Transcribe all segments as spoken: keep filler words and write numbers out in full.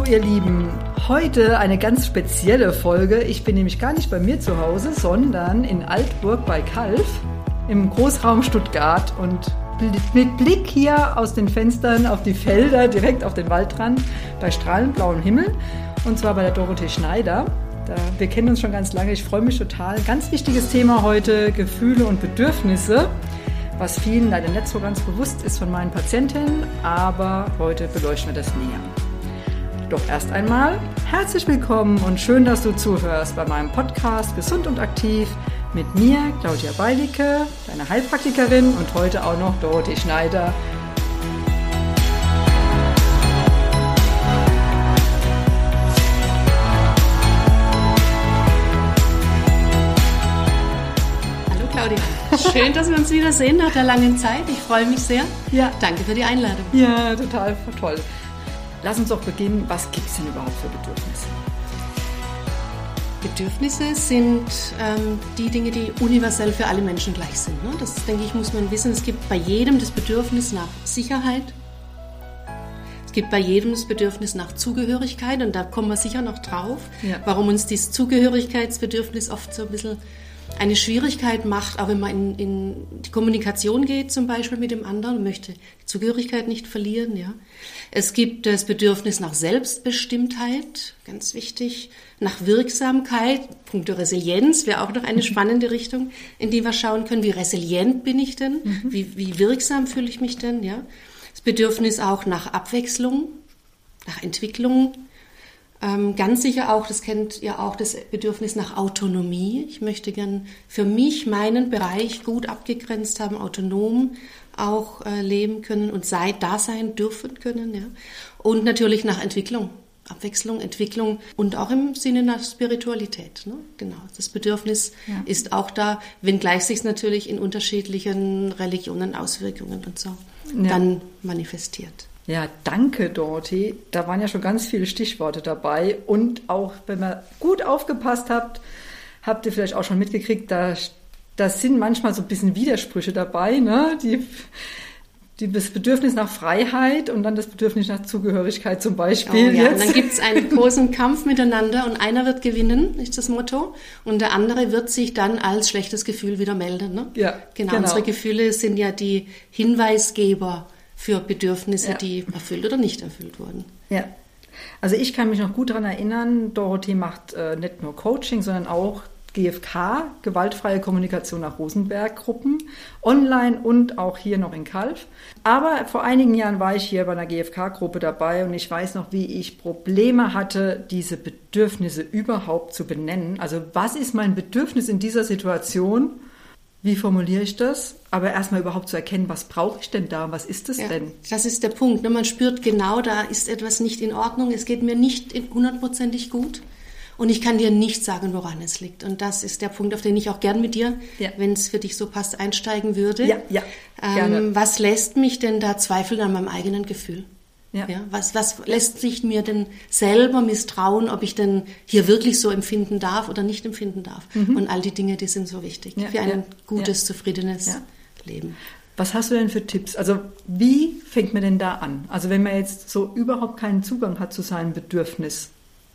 ihr Lieben, heute eine ganz spezielle Folge. Ich bin nämlich gar nicht bei mir zu Hause, sondern in Altburg bei Calw im Großraum Stuttgart und mit Blick hier aus den Fenstern auf die Felder, direkt auf den Waldrand, bei strahlend blauem Himmel, und zwar bei der Dorothee Schneider. Da, wir kennen uns schon ganz lange, ich freue mich total. Ganz wichtiges Thema heute, Gefühle und Bedürfnisse, was vielen leider nicht so ganz bewusst ist von meinen Patientinnen, aber heute beleuchten wir das näher. Doch erst einmal herzlich willkommen und schön, dass du zuhörst bei meinem Podcast Gesund und Aktiv mit mir, Claudia Beilicke, deine Heilpraktikerin, und heute auch noch Dorothee Schneider. Hallo Claudia, schön, dass wir uns wieder sehen nach der langen Zeit. Ich freue mich sehr. Ja. Danke für die Einladung. Ja, total toll. Lass uns doch beginnen, was gibt es denn überhaupt für Bedürfnisse? Bedürfnisse sind ähm, die Dinge, die universell für alle Menschen gleich sind. Ne? Das, denke ich, muss man wissen. Es gibt bei jedem das Bedürfnis nach Sicherheit. Es gibt bei jedem das Bedürfnis nach Zugehörigkeit, und da kommen wir sicher noch drauf, ja. Warum uns dieses Zugehörigkeitsbedürfnis oft so ein bisschen eine Schwierigkeit macht, auch wenn man in, in die Kommunikation geht, zum Beispiel mit dem anderen, und möchte die Zugehörigkeit nicht verlieren. Ja. Es gibt das Bedürfnis nach Selbstbestimmtheit, ganz wichtig, nach Wirksamkeit, Punkte Resilienz wäre auch noch eine spannende Richtung, in die wir schauen können. Wie resilient bin ich denn? Mhm. Wie, wie wirksam fühle ich mich denn? Ja. Das Bedürfnis auch nach Abwechslung, nach Entwicklung. Ähm, ganz sicher auch, das kennt ihr auch, das Bedürfnis nach Autonomie. Ich möchte gern für mich meinen Bereich gut abgegrenzt haben, autonom auch äh, leben können und sei, da sein dürfen können. Ja. Und natürlich nach Entwicklung, Abwechslung, Entwicklung und auch im Sinne nach Spiritualität. Ne? Genau, das Bedürfnis ja. ist auch da, wenngleich sich es natürlich in unterschiedlichen Religionen, Auswirkungen und so ja. dann manifestiert. Ja, danke Dorothee. Da waren ja schon ganz viele Stichworte dabei, und auch, wenn ihr gut aufgepasst habt, habt ihr vielleicht auch schon mitgekriegt, da, da sind manchmal so ein bisschen Widersprüche dabei, ne? Die, die, das Bedürfnis nach Freiheit und dann das Bedürfnis nach Zugehörigkeit zum Beispiel. Oh ja, jetzt. Und dann gibt es einen großen Kampf miteinander, und einer wird gewinnen, ist das Motto, und der andere wird sich dann als schlechtes Gefühl wieder melden. Ne? Ja, genau, genau. Unsere Gefühle sind ja die Hinweisgeber für Bedürfnisse, ja. die erfüllt oder nicht erfüllt wurden. Ja, also ich kann mich noch gut daran erinnern, Dorothee macht äh, nicht nur Coaching, sondern auch G F K, gewaltfreie Kommunikation nach Rosenberg-Gruppen, online und auch hier noch in Calw. Aber vor einigen Jahren war ich hier bei einer G F K-Gruppe dabei, und ich weiß noch, wie ich Probleme hatte, diese Bedürfnisse überhaupt zu benennen. Also was ist mein Bedürfnis in dieser Situation? Wie formuliere ich das? Aber erstmal überhaupt zu erkennen, was brauche ich denn da? Was ist es ja, denn? Das ist der Punkt. Ne? Man spürt genau, da ist etwas nicht in Ordnung. Es geht mir nicht hundertprozentig gut. Und ich kann dir nicht sagen, woran es liegt. Und das ist der Punkt, auf den ich auch gern mit dir, ja. wenn es für dich so passt, einsteigen würde. Ja, ja, gerne. Ähm, was lässt mich denn da zweifeln an meinem eigenen Gefühl? Ja. Ja, was, was lässt sich mir denn selber misstrauen, ob ich denn hier wirklich so empfinden darf oder nicht empfinden darf? Mhm. Und all die Dinge, die sind so wichtig ja, für ein ja, gutes, ja. zufriedenes ja. Leben. Was hast du denn für Tipps? Also wie fängt man denn da an? Also wenn man jetzt so überhaupt keinen Zugang hat zu seinem Bedürfnis.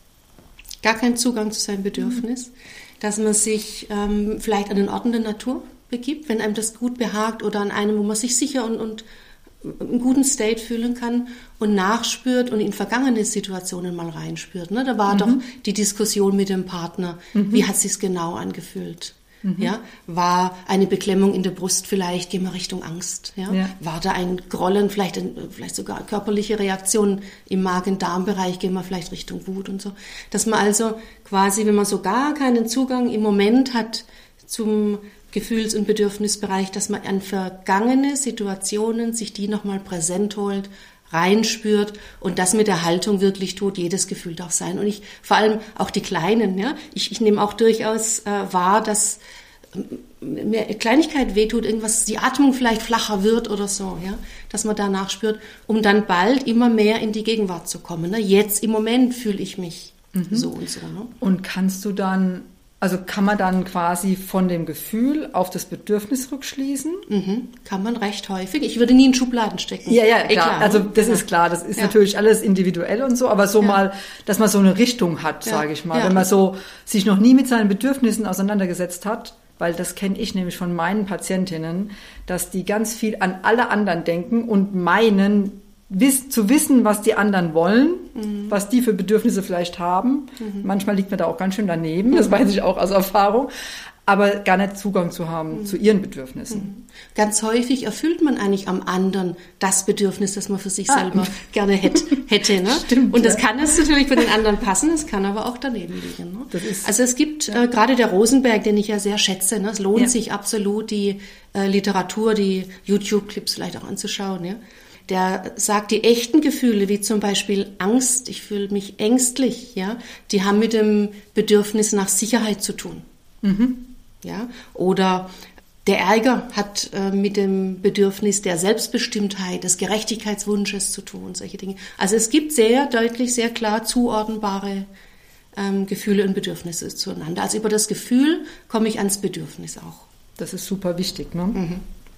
Gar keinen Zugang zu seinem Bedürfnis. Mhm. Dass man sich ähm, vielleicht an den Orten der Natur begibt, wenn einem das gut behagt, oder an einem, wo man sich sicher und, und einen guten State fühlen kann und nachspürt und in vergangene Situationen mal reinspürt. Ne? Da war mhm. doch die Diskussion mit dem Partner. Mhm. Wie hat es sich genau angefühlt? Mhm. Ja? War eine Beklemmung in der Brust vielleicht, gehen wir Richtung Angst? Ja? Ja. War da ein Grollen, vielleicht, ein, vielleicht sogar körperliche Reaktionen im Magen-Darm-Bereich, gehen wir vielleicht Richtung Wut und so. Dass man also quasi, wenn man so gar keinen Zugang im Moment hat zum Gefühls- und Bedürfnisbereich, dass man an vergangene Situationen sich die nochmal präsent holt, reinspürt und das mit der Haltung wirklich tut. Jedes Gefühl darf sein. Und ich, vor allem auch die Kleinen, ja. Ich, ich nehme auch durchaus äh, wahr, dass mir Kleinigkeit wehtut, irgendwas, die Atmung vielleicht flacher wird oder so, ja. Dass man da nachspürt, um dann bald immer mehr in die Gegenwart zu kommen. Ne? Jetzt im Moment fühle ich mich mhm. so und so. Ne? Und kannst du dann Also kann man dann quasi von dem Gefühl auf das Bedürfnis rückschließen? Mhm. Kann man recht häufig. Ich würde nie in Schubladen stecken. Ja, ja, klar. Eh, klar also ne? das ja. ist klar. Das ist ja. natürlich alles individuell und so, aber so ja. mal, dass man so eine Richtung hat, ja. sage ich mal. Ja. Wenn man so sich noch nie mit seinen Bedürfnissen auseinandergesetzt hat, weil das kenne ich nämlich von meinen Patientinnen, dass die ganz viel an alle anderen denken und meinen, Wiss, zu wissen, was die anderen wollen, mhm. was die für Bedürfnisse vielleicht haben. Mhm. Manchmal liegt man da auch ganz schön daneben, das weiß ich auch aus Erfahrung, aber gar nicht Zugang zu haben mhm. zu ihren Bedürfnissen. Mhm. Ganz häufig erfüllt man eigentlich am anderen das Bedürfnis, das man für sich ah. selber gerne hätte. hätte ne? Stimmt, und das ja. kann es natürlich für den anderen passen, es kann aber auch daneben liegen. Ne? Das ist, also es gibt ja. äh, gerade der Rosenberg, den ich ja sehr schätze, ne? Es lohnt ja. sich absolut, die äh, Literatur, die YouTube-Clips vielleicht auch anzuschauen, ja. Der sagt, die echten Gefühle, wie zum Beispiel Angst, ich fühle mich ängstlich, ja, die haben mit dem Bedürfnis nach Sicherheit zu tun. Mhm. Ja, oder der Ärger hat äh, mit dem Bedürfnis der Selbstbestimmtheit, des Gerechtigkeitswunsches zu tun, solche Dinge. Also es gibt sehr deutlich, sehr klar zuordnbare ähm, Gefühle und Bedürfnisse zueinander. Also über das Gefühl komme ich ans Bedürfnis auch. Das ist super wichtig, ne? Mhm.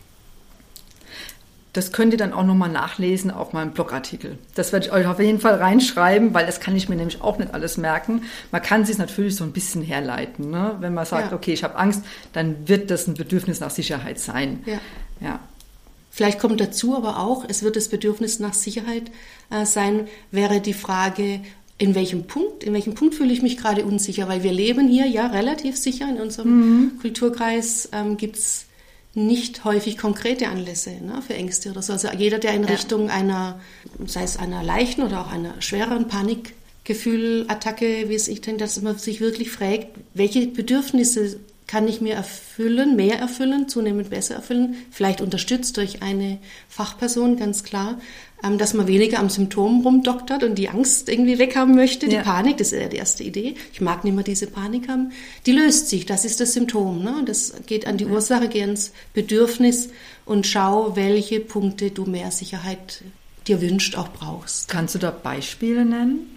Das könnt ihr dann auch nochmal nachlesen auf meinem Blogartikel. Das werde ich euch auf jeden Fall reinschreiben, weil das kann ich mir nämlich auch nicht alles merken. Man kann sich natürlich so ein bisschen herleiten. Ne? Wenn man sagt, ja. okay, ich habe Angst, dann wird das ein Bedürfnis nach Sicherheit sein. Ja. Ja. Vielleicht kommt dazu aber auch, es wird das Bedürfnis nach Sicherheit äh, sein, wäre die Frage, in welchem Punkt, in welchem Punkt fühle ich mich gerade unsicher? Weil wir leben hier ja relativ sicher in unserem mhm. Kulturkreis, ähm, gibt's nicht häufig konkrete Anlässe ne, für Ängste oder so. Also jeder, der in ja. Richtung einer, sei es einer leichten oder auch einer schwereren Panikgefühlattacke, wie es ich denke, dass man sich wirklich fragt, welche Bedürfnisse kann ich mir erfüllen, mehr erfüllen, zunehmend besser erfüllen, vielleicht unterstützt durch eine Fachperson, ganz klar, dass man weniger am Symptom rumdoktert und die Angst irgendwie weghaben möchte, die ja. Panik, das ist ja die erste Idee. Ich mag nicht mehr diese Panik haben. Die löst sich, das ist das Symptom. Ne? Das geht an die ja. Ursache, geht ans Bedürfnis und schau, welche Punkte du mehr Sicherheit dir wünscht, auch brauchst. Kannst du da Beispiele nennen?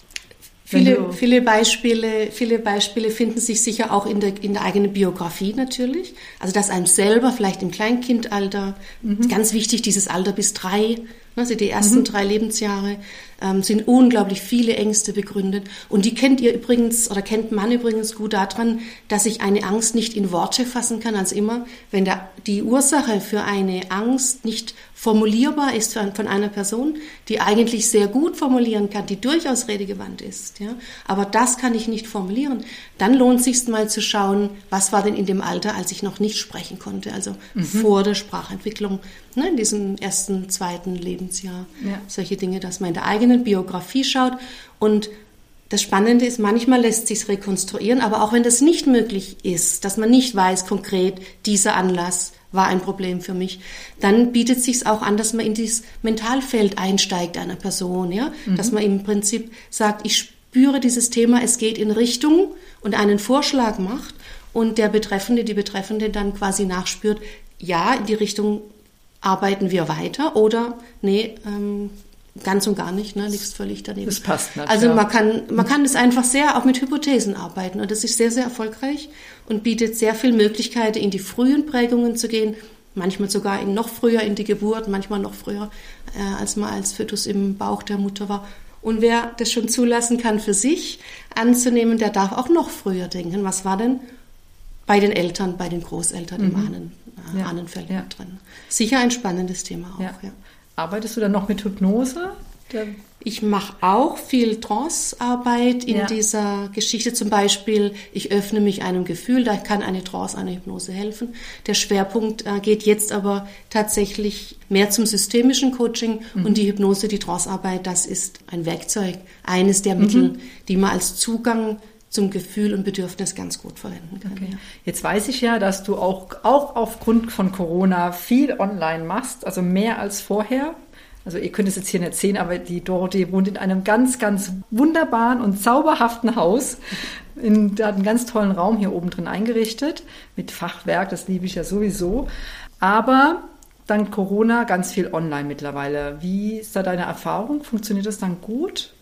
Viele, viele Beispiele, viele Beispiele finden sich sicher auch in der, in der eigenen Biografie natürlich. Also, dass einem selber vielleicht im Kleinkindalter, mhm. ganz wichtig, dieses Alter bis drei, also die ersten mhm. drei Lebensjahre, ähm, sind unglaublich viele Ängste begründet. Und die kennt ihr übrigens, oder kennt man übrigens gut daran, dass ich eine Angst nicht in Worte fassen kann. Also immer, wenn der, die Ursache für eine Angst nicht formulierbar ist von einer Person, die eigentlich sehr gut formulieren kann, die durchaus redegewandt ist, ja, aber das kann ich nicht formulieren, dann lohnt es sich mal zu schauen, was war denn in dem Alter, als ich noch nicht sprechen konnte, also mhm. vor der Sprachentwicklung, ne, in diesem ersten, zweiten Lebensjahr, ja. solche Dinge, dass man in der eigenen Biografie schaut. Und das Spannende ist, manchmal lässt sich's rekonstruieren, aber auch wenn das nicht möglich ist, dass man nicht weiß konkret, dieser Anlass war ein Problem für mich, dann bietet es sich auch an, dass man in dieses Mentalfeld einsteigt einer Person, ja, mhm. dass man im Prinzip sagt, ich spüre dieses Thema, es geht in Richtung und einen Vorschlag macht und der Betreffende, die Betreffende dann quasi nachspürt, ja, in die Richtung arbeiten wir weiter oder nee, ähm, ganz und gar nicht, ne, liegst völlig daneben. Das passt nicht. Also ja. man kann, man kann das einfach sehr auch mit Hypothesen arbeiten und das ist sehr, sehr erfolgreich und bietet sehr viel Möglichkeiten, in die frühen Prägungen zu gehen, manchmal sogar in noch früher in die Geburt, manchmal noch früher, äh, als man als Fötus im Bauch der Mutter war. Und wer das schon zulassen kann für sich anzunehmen, der darf auch noch früher denken, was war denn bei den Eltern, bei den Großeltern mhm. im Ahnen, äh, ja. Ahnenfeld ja. drin. Sicher ein spannendes Thema auch, ja. ja. Arbeitest du dann noch mit Hypnose? Der ich mache auch viel Trance-Arbeit in ja. dieser Geschichte. Zum Beispiel, ich öffne mich einem Gefühl, da kann eine Trance, eine Hypnose helfen. Der Schwerpunkt äh, geht jetzt aber tatsächlich mehr zum systemischen Coaching mhm. und die Hypnose, die Trance-Arbeit, das ist ein Werkzeug, eines der Mittel, mhm. die man als Zugang zum Gefühl und Bedürfnis ganz gut verwenden kann. Okay. Jetzt weiß ich ja, dass du auch, auch aufgrund von Corona viel online machst, also mehr als vorher. Also ihr könnt es jetzt hier nicht sehen, aber die Dorothee wohnt in einem ganz, ganz wunderbaren und zauberhaften Haus. In, der hat einen ganz tollen Raum hier oben drin eingerichtet mit Fachwerk, das liebe ich ja sowieso. Aber dank Corona ganz viel online mittlerweile. Wie ist da deine Erfahrung? Funktioniert das dann gut?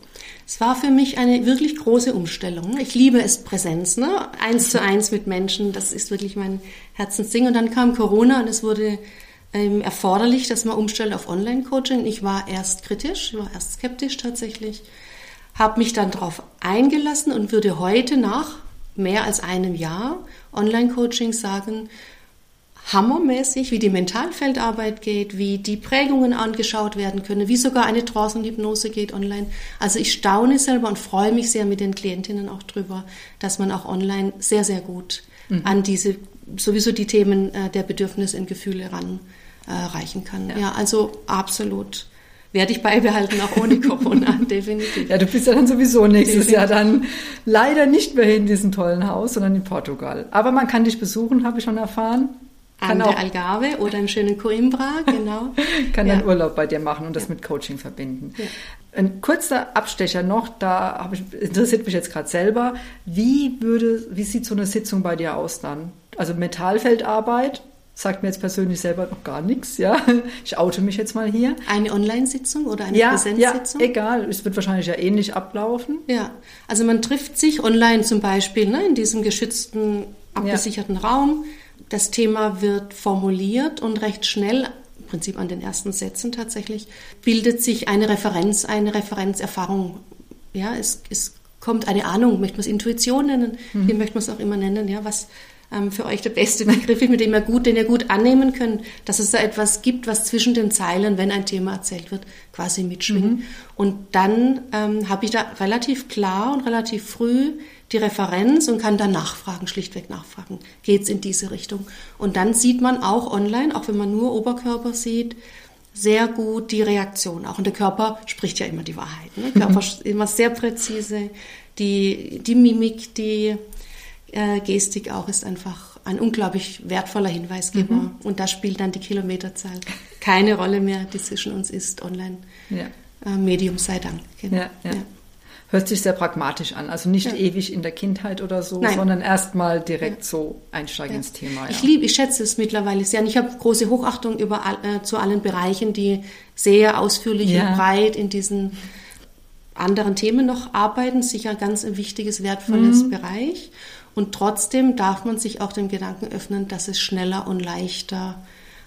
Es war für mich eine wirklich große Umstellung. Ich liebe es, Präsenz, ne? Eins zu eins mit Menschen, das ist wirklich mein Herzensding. Und dann kam Corona und es wurde ähm, erforderlich, dass man umstellt auf Online-Coaching. Ich war erst kritisch, ich war erst skeptisch tatsächlich, habe mich dann darauf eingelassen und würde heute nach mehr als einem Jahr Online-Coaching sagen, hammermäßig, wie die Mentalfeldarbeit geht, wie die Prägungen angeschaut werden können, wie sogar eine Trance-Hypnose geht online. Also ich staune selber und freue mich sehr mit den Klientinnen auch drüber, dass man auch online sehr, sehr gut mhm. an diese, sowieso die Themen äh, der Bedürfnisse und Gefühle ranreichen äh, kann. Ja. ja, also absolut. Werde ich beibehalten, auch ohne Corona, definitiv. Ja, du bist ja dann sowieso nächstes definitiv. Jahr dann leider nicht mehr in diesem tollen Haus, sondern in Portugal. Aber man kann dich besuchen, habe ich schon erfahren. An der Algarve oder im schönen Coimbra, genau. Kann ja. dann Urlaub bei dir machen und das ja. mit Coaching verbinden. Ja. Ein kurzer Abstecher noch, da habe ich, interessiert mich jetzt gerade selber. Wie würde, wie sieht so eine Sitzung bei dir aus dann? Also Metallfeldarbeit, sagt mir jetzt persönlich selber noch gar nichts, ja. Ich oute mich jetzt mal hier. Eine Online-Sitzung oder eine ja, Präsenzsitzung? Ja, egal. Es wird wahrscheinlich ja ähnlich ablaufen. Ja, also man trifft sich online zum Beispiel, ne, in diesem geschützten, abgesicherten ja. Raum. Das Thema wird formuliert und recht schnell, im Prinzip an den ersten Sätzen tatsächlich, bildet sich eine Referenz, eine Referenzerfahrung. Ja, es, es kommt eine Ahnung, möchte man es Intuition nennen, mhm. wie möchte man es auch immer nennen, ja, was ähm, für euch der beste Begriff ist, mit dem ihr gut, den ihr gut annehmen könnt, dass es da etwas gibt, was zwischen den Zeilen, wenn ein Thema erzählt wird, quasi mitschwingt. Mhm. Und dann ähm, habe ich da relativ klar und relativ früh die Referenz und kann dann nachfragen, schlichtweg nachfragen. Geht's in diese Richtung? Und dann sieht man auch online, auch wenn man nur Oberkörper sieht, sehr gut die Reaktion auch. Und der Körper spricht ja immer die Wahrheit. Ne? Der Körper ist immer sehr präzise. Die, die Mimik, die äh, Gestik auch ist einfach ein unglaublich wertvoller Hinweisgeber. Mhm. Und da spielt dann die Kilometerzahl keine Rolle mehr, die zwischen uns ist online. Ja. Äh, Medium sei Dank. Genau. Ja, ja. Ja. Hört sich sehr pragmatisch an, also nicht ja. ewig in der Kindheit oder so, Nein. sondern erstmal direkt ja. so einsteigen ja. ins Thema. Ja. Ich liebe, ich schätze es mittlerweile sehr und ich habe große Hochachtung über all, äh, zu allen Bereichen, die sehr ausführlich ja. und breit in diesen anderen Themen noch arbeiten, sicher ganz ein wichtiges, wertvolles mhm. Bereich und trotzdem darf man sich auch dem Gedanken öffnen, dass es schneller und leichter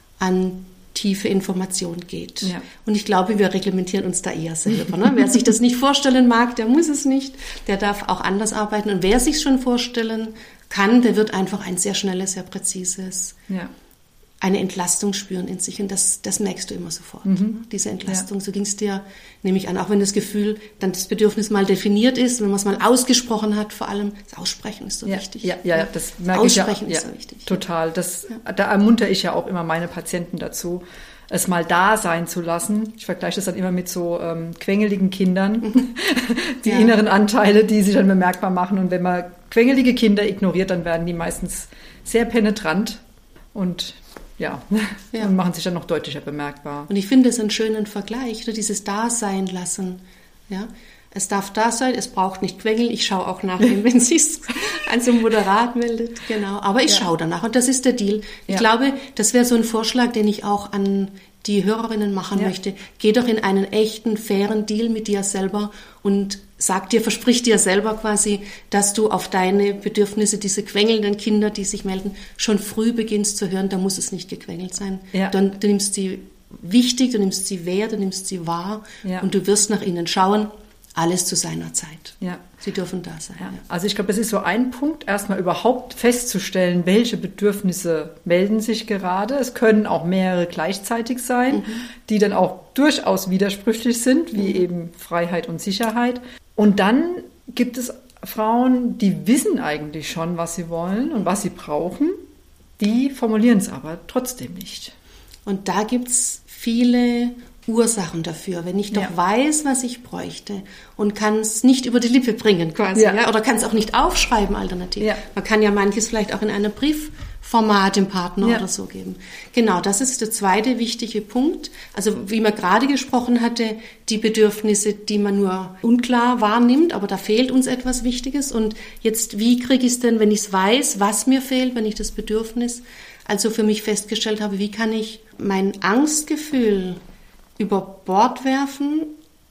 an tiefe Information geht. Ja. Und ich glaube, wir reglementieren uns da eher selber. Ne? Wer sich das nicht vorstellen mag, der muss es nicht. Der darf auch anders arbeiten. Und wer sich schon vorstellen kann, der wird einfach ein sehr schnelles, sehr präzises, ja. eine Entlastung spüren in sich. Und das, das merkst du immer sofort. Mhm. Diese Entlastung. Ja. So ging es dir, nehme ich an, auch wenn das Gefühl, dann das Bedürfnis mal definiert ist, wenn man es mal ausgesprochen hat, vor allem das Aussprechen ist so ja. wichtig. Ja, ja, ja, das merke Aussprechen ich ja, ist so wichtig. Total. Das, ja. Da ermuntere ich ja auch immer meine Patienten dazu, es mal da sein zu lassen. Ich vergleiche das dann immer mit so ähm, quengeligen Kindern, die ja. inneren Anteile, die sich dann bemerkbar machen. Und wenn man quengelige Kinder ignoriert, dann werden die meistens sehr penetrant und ja, ja. und machen sich dann noch deutlicher bemerkbar. Und ich finde es einen schönen Vergleich, ne? Dieses Dasein lassen. Ja? Es darf da sein, es braucht nicht quengeln. Ich schaue auch nach ihm, wenn es sich also moderat meldet. Genau. Aber ich ja. schaue danach und das ist der Deal. Ich ja. glaube, das wäre so ein Vorschlag, den ich auch an die Hörerinnen machen ja. möchte. Geh doch in einen echten, fairen Deal mit dir selber und sag dir, versprich dir selber quasi, dass du auf deine Bedürfnisse, diese quengelnden Kinder, die sich melden, schon früh beginnst zu hören. Da muss es nicht gequengelt sein. Ja. Dann, du nimmst sie wichtig, du nimmst sie wert, du nimmst sie wahr ja. und du wirst nach ihnen schauen. Alles zu seiner Zeit. Ja. Sie dürfen da sein. Ja. Ja. Also ich glaube, das ist so ein Punkt, erstmal überhaupt festzustellen, welche Bedürfnisse melden sich gerade. Es können auch mehrere gleichzeitig sein, mhm. die dann auch durchaus widersprüchlich sind, wie mhm. eben Freiheit und Sicherheit. Und dann gibt es Frauen, die wissen eigentlich schon, was sie wollen und was sie brauchen. Die formulieren es aber trotzdem nicht. Und da gibt es viele Ursachen dafür. Wenn ich doch ja. weiß, was ich bräuchte und kann es nicht über die Lippe bringen quasi, ja. Ja, oder kann es auch nicht aufschreiben alternativ. Ja. Man kann ja manches vielleicht auch in einem Briefformat dem Partner ja. oder so geben. Genau, das ist der zweite wichtige Punkt. Also wie man gerade gesprochen hatte, die Bedürfnisse, die man nur unklar wahrnimmt, aber da fehlt uns etwas Wichtiges. Und jetzt, wie kriege ich es denn, wenn ich es weiß, was mir fehlt, wenn ich das Bedürfnis also für mich festgestellt habe, wie kann ich mein Angstgefühl über Bord werfen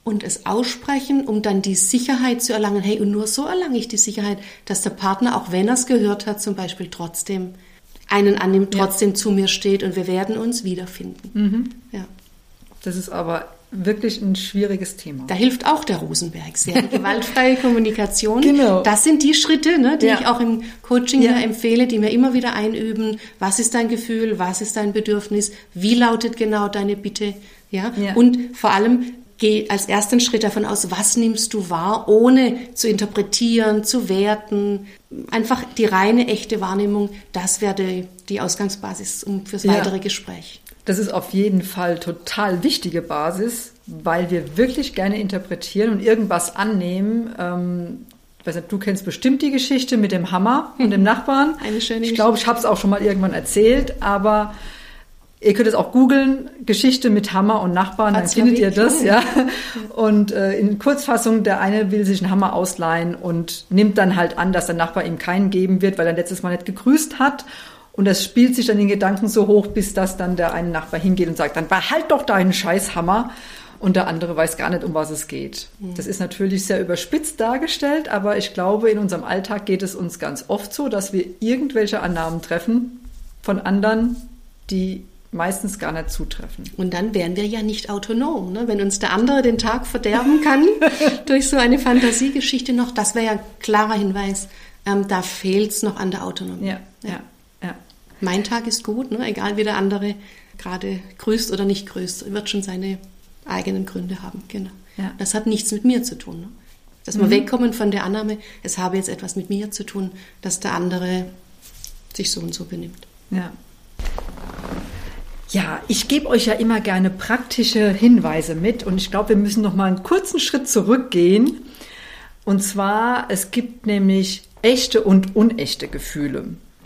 und es aussprechen, um dann die Sicherheit zu erlangen. Hey, und nur so erlange ich die Sicherheit, dass der Partner, auch wenn er es gehört hat, zum Beispiel trotzdem einen annimmt, trotzdem ja. zu mir steht und wir werden uns wiederfinden. Mhm. Ja. Das ist aber wirklich ein schwieriges Thema. Da hilft auch der Rosenberg sehr. Die gewaltfreie Kommunikation. Genau. Das sind die Schritte, ne, die ja. ich auch im Coaching ja. ja empfehle, die mir immer wieder einüben. Was ist dein Gefühl? Was ist dein Bedürfnis? Wie lautet genau deine Bitte? Ja. ja. Und vor allem geh als ersten Schritt davon aus, was nimmst du wahr, ohne zu interpretieren, zu werten. Einfach die reine, echte Wahrnehmung, das wäre die, die Ausgangsbasis um fürs ja. weitere Gespräch. Das ist auf jeden Fall total wichtige Basis, weil wir wirklich gerne interpretieren und irgendwas annehmen. Ähm, ich weiß nicht, du kennst bestimmt die Geschichte mit dem Hammer und dem Nachbarn. Eine schöne Ich glaube, ich habe es auch schon mal irgendwann erzählt, aber ihr könnt es auch googeln, Geschichte mit Hammer und Nachbarn, dann findet ihr das. Ja. Und äh, in Kurzfassung, der eine will sich einen Hammer ausleihen und nimmt dann halt an, dass der Nachbar ihm keinen geben wird, weil er letztes Mal nicht gegrüßt hat. Und das spielt sich dann in Gedanken so hoch, bis das dann der eine Nachbar hingeht und sagt, dann behalt doch deinen Scheißhammer. Und der andere weiß gar nicht, um was es geht. Mhm. Das ist natürlich sehr überspitzt dargestellt, aber ich glaube, in unserem Alltag geht es uns ganz oft so, dass wir irgendwelche Annahmen treffen von anderen, die meistens gar nicht zutreffen. Und dann wären wir ja nicht autonom, ne? Wenn uns der andere den Tag verderben kann durch so eine Fantasiegeschichte noch, das wäre ja ein klarer Hinweis, ähm, da fehlt es noch an der Autonomie. Ja, ja, ja. ja. Mein Tag ist gut, ne? Egal wie der andere gerade grüßt oder nicht grüßt, wird schon seine eigenen Gründe haben. Genau. Ja. Das hat nichts mit mir zu tun. Ne? Dass wir mhm. wegkommen von der Annahme, es habe jetzt etwas mit mir zu tun, dass der andere sich so und so benimmt. Ja. Ja, ich gebe euch ja immer gerne praktische Hinweise mit und ich glaube, wir müssen noch mal einen kurzen Schritt zurückgehen. Und zwar, es gibt nämlich echte und unechte Gefühle.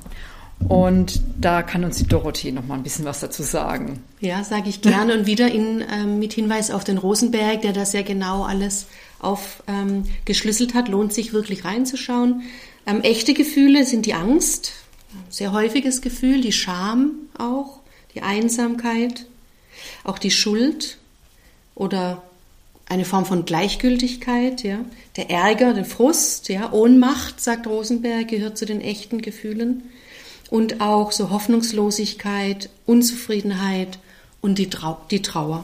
Und da kann uns die Dorothee noch mal ein bisschen was dazu sagen. Ja, sage ich gerne und wieder in, ähm, mit Hinweis auf den Rosenberg, der das ja genau alles aufgeschlüsselt ähm, hat, lohnt sich wirklich reinzuschauen. Ähm, echte Gefühle sind die Angst, sehr häufiges Gefühl, die Scham auch, die Einsamkeit, auch die Schuld oder eine Form von Gleichgültigkeit, ja, der Ärger, der Frust, ja, Ohnmacht, sagt Rosenberg, gehört zu den echten Gefühlen. Und auch so Hoffnungslosigkeit, Unzufriedenheit und die, Trau- die Trauer.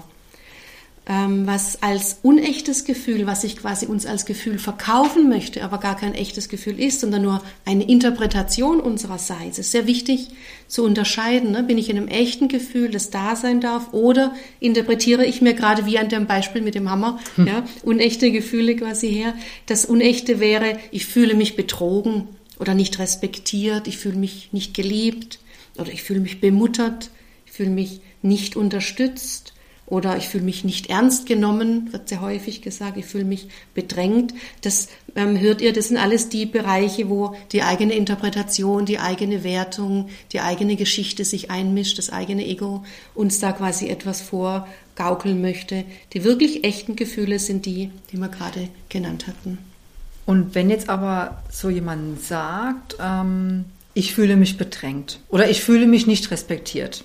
Ähm, was als unechtes Gefühl, was ich quasi uns als Gefühl verkaufen möchte, aber gar kein echtes Gefühl ist, sondern nur eine Interpretation unsererseits. Es ist sehr wichtig zu unterscheiden. Ne? Bin ich in einem echten Gefühl, das da sein darf, oder interpretiere ich mir gerade wie an dem Beispiel mit dem Hammer, hm. ja, unechte Gefühle quasi her. Das Unechte wäre, ich fühle mich betrogen oder nicht respektiert, ich fühle mich nicht geliebt oder ich fühle mich bemuttert, ich fühle mich nicht unterstützt oder ich fühle mich nicht ernst genommen, wird sehr häufig gesagt, ich fühle mich bedrängt. Das ähm, hört ihr, das sind alles die Bereiche, wo die eigene Interpretation, die eigene Wertung, die eigene Geschichte sich einmischt, das eigene Ego uns da quasi etwas vorgaukeln möchte. Die wirklich echten Gefühle sind die, die wir gerade genannt hatten. Und wenn jetzt aber so jemand sagt, ähm, ich fühle mich bedrängt oder ich fühle mich nicht respektiert,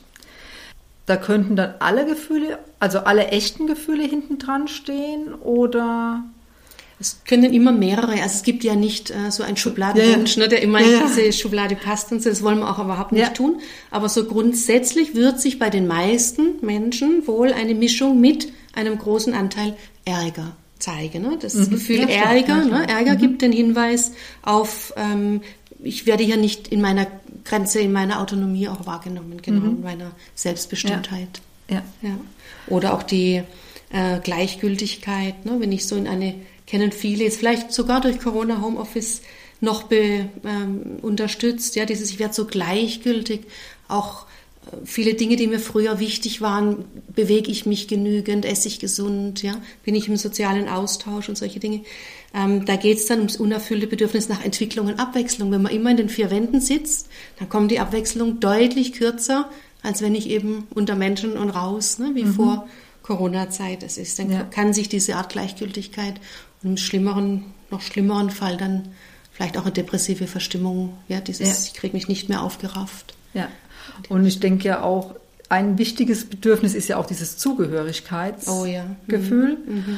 da könnten dann alle Gefühle, also alle echten Gefühle hinten dran stehen oder? Es können immer mehrere, also es gibt ja nicht äh, so einen Schubladenwunsch, ja, ja. ne, der immer in ja, diese Schublade passt und so, das wollen wir auch überhaupt nicht ja. tun. Aber so grundsätzlich wird sich bei den meisten Menschen wohl eine Mischung mit einem großen Anteil Ärger zeigen. Ne? Das mhm. Gefühl ja, Ärger, ne? Ärger mhm. gibt den Hinweis auf, ähm, ich werde hier nicht in meiner Grenze, in meiner Autonomie auch wahrgenommen, genau, mhm. in meiner Selbstbestimmtheit. Ja. Ja. Ja. Oder auch die äh, Gleichgültigkeit, ne? Wenn ich so in eine, kennen viele, jetzt vielleicht sogar durch Corona Homeoffice noch be, ähm, unterstützt, ja, dieses, ich werde so gleichgültig, auch viele Dinge, die mir früher wichtig waren, bewege ich mich genügend, esse ich gesund, ja, bin ich im sozialen Austausch und solche Dinge. Ähm, da geht es dann ums unerfüllte Bedürfnis nach Entwicklung und Abwechslung. Wenn man immer in den vier Wänden sitzt, dann kommt die Abwechslung deutlich kürzer, als wenn ich eben unter Menschen und raus, ne, wie mhm. vor Corona-Zeit es ist. Dann ja. kann sich diese Art Gleichgültigkeit und im schlimmeren, noch schlimmeren Fall dann vielleicht auch eine depressive Verstimmung, ja, dieses, ja. ich kriege mich nicht mehr aufgerafft. Ja. Und ich denke ja auch, ein wichtiges Bedürfnis ist ja auch dieses Zugehörigkeitsgefühl. Oh ja. Mhm. Mhm.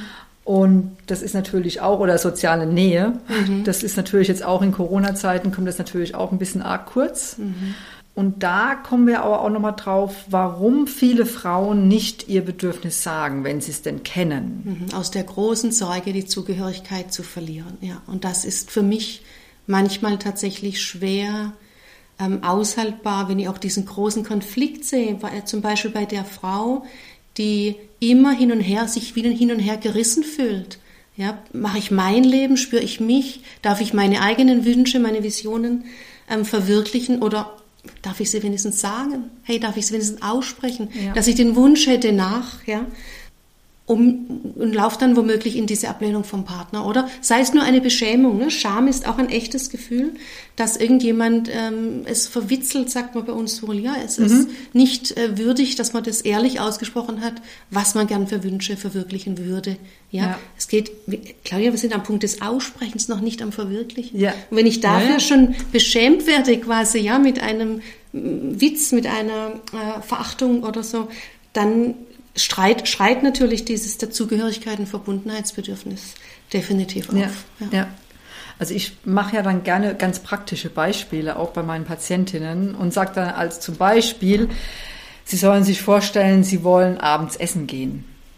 Und das ist natürlich auch, oder soziale Nähe, Mhm. das ist natürlich jetzt auch in Corona-Zeiten, kommt das natürlich auch ein bisschen arg kurz. Mhm. Und da kommen wir aber auch nochmal drauf, warum viele Frauen nicht ihr Bedürfnis sagen, wenn sie es denn kennen. Mhm. Aus der großen Sorge, die Zugehörigkeit zu verlieren. Ja. Und das ist für mich manchmal tatsächlich schwer ähm, aushaltbar, wenn ich auch diesen großen Konflikt sehe, weil, zum Beispiel bei der Frau, die immer hin und her, sich wieder hin und her gerissen fühlt. Ja, mache ich mein Leben, spüre ich mich, darf ich meine eigenen Wünsche, meine Visionen ähm, verwirklichen oder darf ich sie wenigstens sagen? Hey, darf ich sie wenigstens aussprechen? Ja. Dass ich den Wunsch hätte nach, ja, um, und laufe dann womöglich in diese Ablehnung vom Partner, oder? Sei es nur eine Beschämung, ne? Scham ist auch ein echtes Gefühl, dass irgendjemand ähm, es verwitzelt, sagt man bei uns so, ja, es Mhm. ist nicht äh, würdig, dass man das ehrlich ausgesprochen hat, was man gern für Wünsche verwirklichen würde. Ja, Ja. es geht, Claudia, wir sind am Punkt des Aussprechens, noch nicht am Verwirklichen. Ja. Und wenn ich dafür Ja, ja. schon beschämt werde, quasi, ja, mit einem mm, Witz, mit einer äh, Verachtung oder so, dann streit, schreit natürlich dieses Dazugehörigkeit und Verbundenheitsbedürfnis definitiv auf. Ja, ja. Also ich mache ja dann gerne ganz praktische Beispiele auch bei meinen Patientinnen und sage dann als zum Beispiel, sie sollen sich vorstellen, sie wollen abends essen gehen.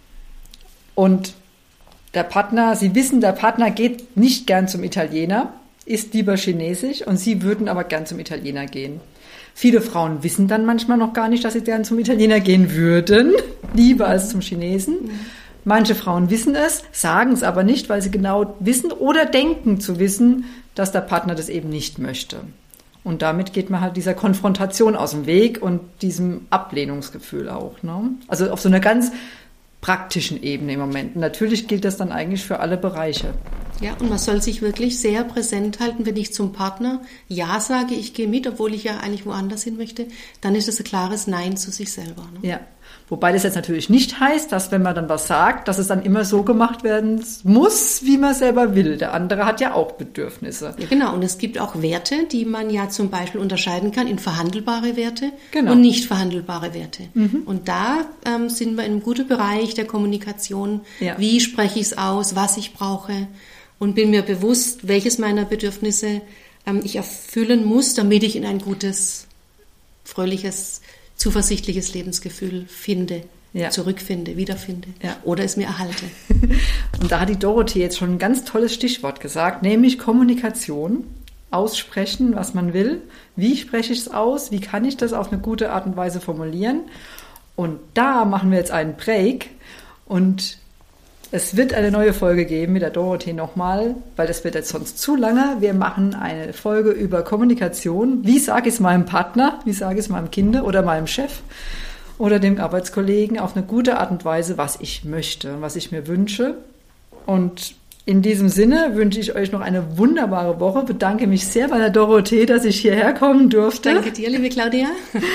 Und der Partner, sie wissen, der Partner geht nicht gern zum Italiener, isst lieber Chinesisch und sie würden aber gern zum Italiener gehen. Viele Frauen wissen dann manchmal noch gar nicht, dass sie gern zum Italiener gehen würden, lieber als zum Chinesen. Manche Frauen wissen es, sagen es aber nicht, weil sie genau wissen oder denken zu wissen, dass der Partner das eben nicht möchte. Und damit geht man halt dieser Konfrontation aus dem Weg und diesem Ablehnungsgefühl auch. Ne? Also auf so einer ganz praktischen Ebene im Moment. Und natürlich gilt das dann eigentlich für alle Bereiche. Ja, und man soll sich wirklich sehr präsent halten, wenn ich zum Partner Ja sage, ich gehe mit, obwohl ich ja eigentlich woanders hin möchte, dann ist das ein klares Nein zu sich selber. Ne? Ja, wobei das jetzt natürlich nicht heißt, dass wenn man dann was sagt, dass es dann immer so gemacht werden muss, wie man selber will. Der andere hat ja auch Bedürfnisse. Ja, genau. Und es gibt auch Werte, die man ja zum Beispiel unterscheiden kann in verhandelbare Werte Genau. und nicht verhandelbare Werte. Mhm. Und da ähm, sind wir in einem guten Bereich der Kommunikation. Ja. Wie spreche ich es aus, was ich brauche und bin mir bewusst, welches meiner Bedürfnisse ähm, ich erfüllen muss, damit ich in ein gutes, fröhliches, zuversichtliches Lebensgefühl finde, Ja. zurückfinde, wiederfinde Ja. oder es mir erhalte. Und da hat die Dorothee jetzt schon ein ganz tolles Stichwort gesagt, nämlich Kommunikation, aussprechen, was man will. Wie spreche ich es aus? Wie kann ich das auf eine gute Art und Weise formulieren? Und da machen wir jetzt einen Break und es wird eine neue Folge geben mit der Dorothee nochmal, weil das wird jetzt sonst zu lange. Wir machen eine Folge über Kommunikation. Wie sage ich es meinem Partner? Wie sage ich es meinem Kind oder meinem Chef oder dem Arbeitskollegen auf eine gute Art und Weise, was ich möchte, was ich mir wünsche? Und in diesem Sinne wünsche ich euch noch eine wunderbare Woche. Bedanke mich sehr bei der Dorothee, dass ich hierher kommen durfte. Danke dir, liebe Claudia.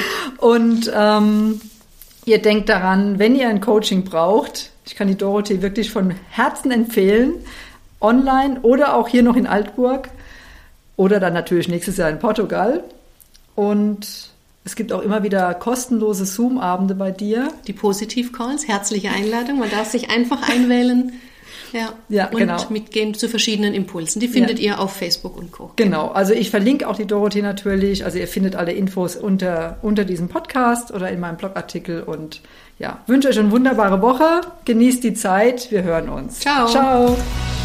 Und ähm, ihr denkt daran, wenn ihr ein Coaching braucht, ich kann die Dorothee wirklich von Herzen empfehlen, online oder auch hier noch in Altburg oder dann natürlich nächstes Jahr in Portugal. Und es gibt auch immer wieder kostenlose Zoom-Abende bei dir. Die Positiv-Calls, herzliche Einladung. Man darf sich einfach einwählen. Ja, Ja, und genau. mitgehen zu verschiedenen Impulsen. Die findet ihr auf Facebook und Co. Genau, also ich verlinke auch die Dorothee natürlich. Also ihr findet alle Infos unter, unter diesem Podcast oder in meinem Blogartikel. Und ja, wünsche euch eine wunderbare Woche. Genießt die Zeit. Wir hören uns. Ciao. Ciao.